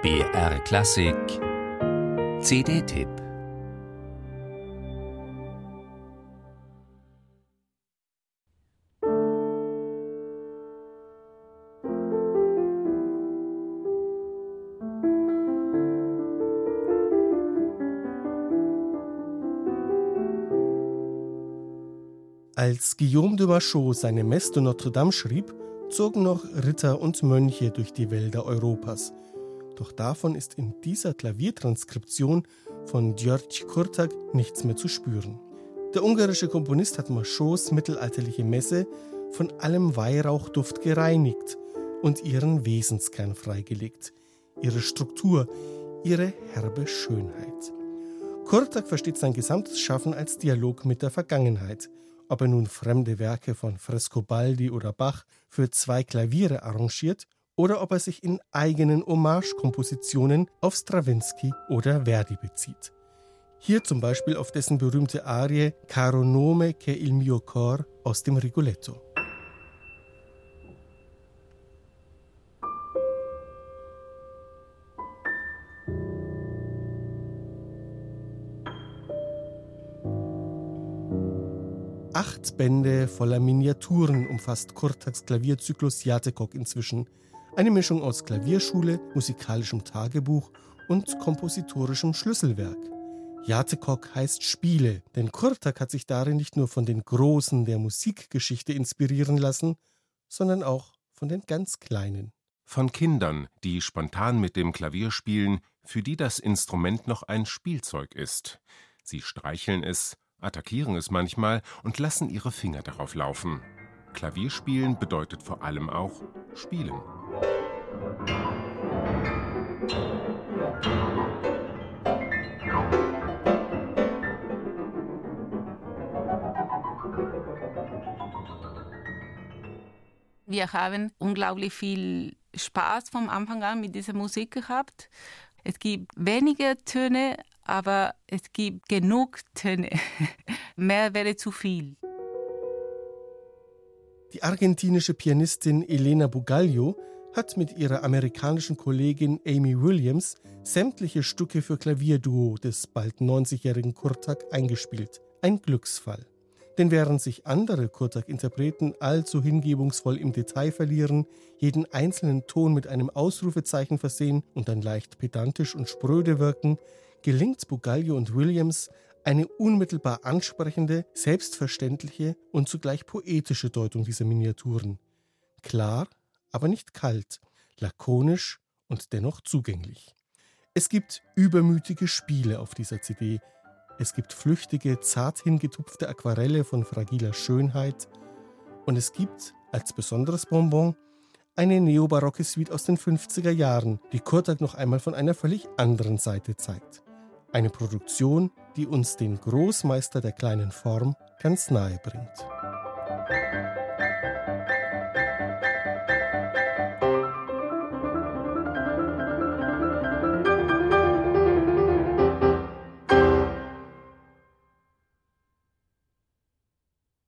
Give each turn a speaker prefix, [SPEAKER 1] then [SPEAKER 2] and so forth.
[SPEAKER 1] BR Klassik CD-Tipp.
[SPEAKER 2] Als Guillaume de Machaut seine Messe de Notre-Dame schrieb, zogen noch Ritter und Mönche durch die Wälder Europas. Doch davon ist in dieser Klaviertranskription von György Kurtág nichts mehr zu spüren. Der ungarische Komponist hat Machauts mittelalterliche Messe von allem Weihrauchduft gereinigt und ihren Wesenskern freigelegt, ihre Struktur, ihre herbe Schönheit. Kurtág versteht sein gesamtes Schaffen als Dialog mit der Vergangenheit. Ob er nun fremde Werke von Frescobaldi oder Bach für 2 Klaviere arrangiert oder ob er sich in eigenen Hommage-Kompositionen auf Strawinsky oder Verdi bezieht. Hier zum Beispiel auf dessen berühmte Arie Caro nome che il mio cor aus dem Rigoletto. Acht Bände voller Miniaturen umfasst Kurtágs Klavierzyklus Játékok inzwischen. Eine Mischung aus Klavierschule, musikalischem Tagebuch und kompositorischem Schlüsselwerk. Játékok heißt Spiele, denn Kurtág hat sich darin nicht nur von den Großen der Musikgeschichte inspirieren lassen, sondern auch von den ganz Kleinen.
[SPEAKER 3] Von Kindern, die spontan mit dem Klavier spielen, für die das Instrument noch ein Spielzeug ist. Sie streicheln es, attackieren es manchmal und lassen ihre Finger darauf laufen. Klavierspielen bedeutet vor allem auch Spielen.
[SPEAKER 4] Wir haben unglaublich viel Spaß vom Anfang an mit dieser Musik gehabt. Es gibt wenige Töne, aber es gibt genug Töne. Mehr wäre zu viel.
[SPEAKER 2] Die argentinische Pianistin Elena Bugallo hat mit ihrer amerikanischen Kollegin Amy Williams sämtliche Stücke für Klavierduo des bald 90-jährigen Kurtág eingespielt. Ein Glücksfall. Denn während sich andere Kurtág-Interpreten allzu hingebungsvoll im Detail verlieren, jeden einzelnen Ton mit einem Ausrufezeichen versehen und dann leicht pedantisch und spröde wirken, gelingt Bugallo und Williams eine unmittelbar ansprechende, selbstverständliche und zugleich poetische Deutung dieser Miniaturen. Klar, aber nicht kalt, lakonisch und dennoch zugänglich. Es gibt übermütige Spiele auf dieser CD. Es gibt flüchtige, zart hingetupfte Aquarelle von fragiler Schönheit. Und es gibt, als besonderes Bonbon, eine neobarocke Suite aus den 50er Jahren, die Kurtág noch einmal von einer völlig anderen Seite zeigt. Eine Produktion, die uns den Großmeister der kleinen Form ganz nahe bringt.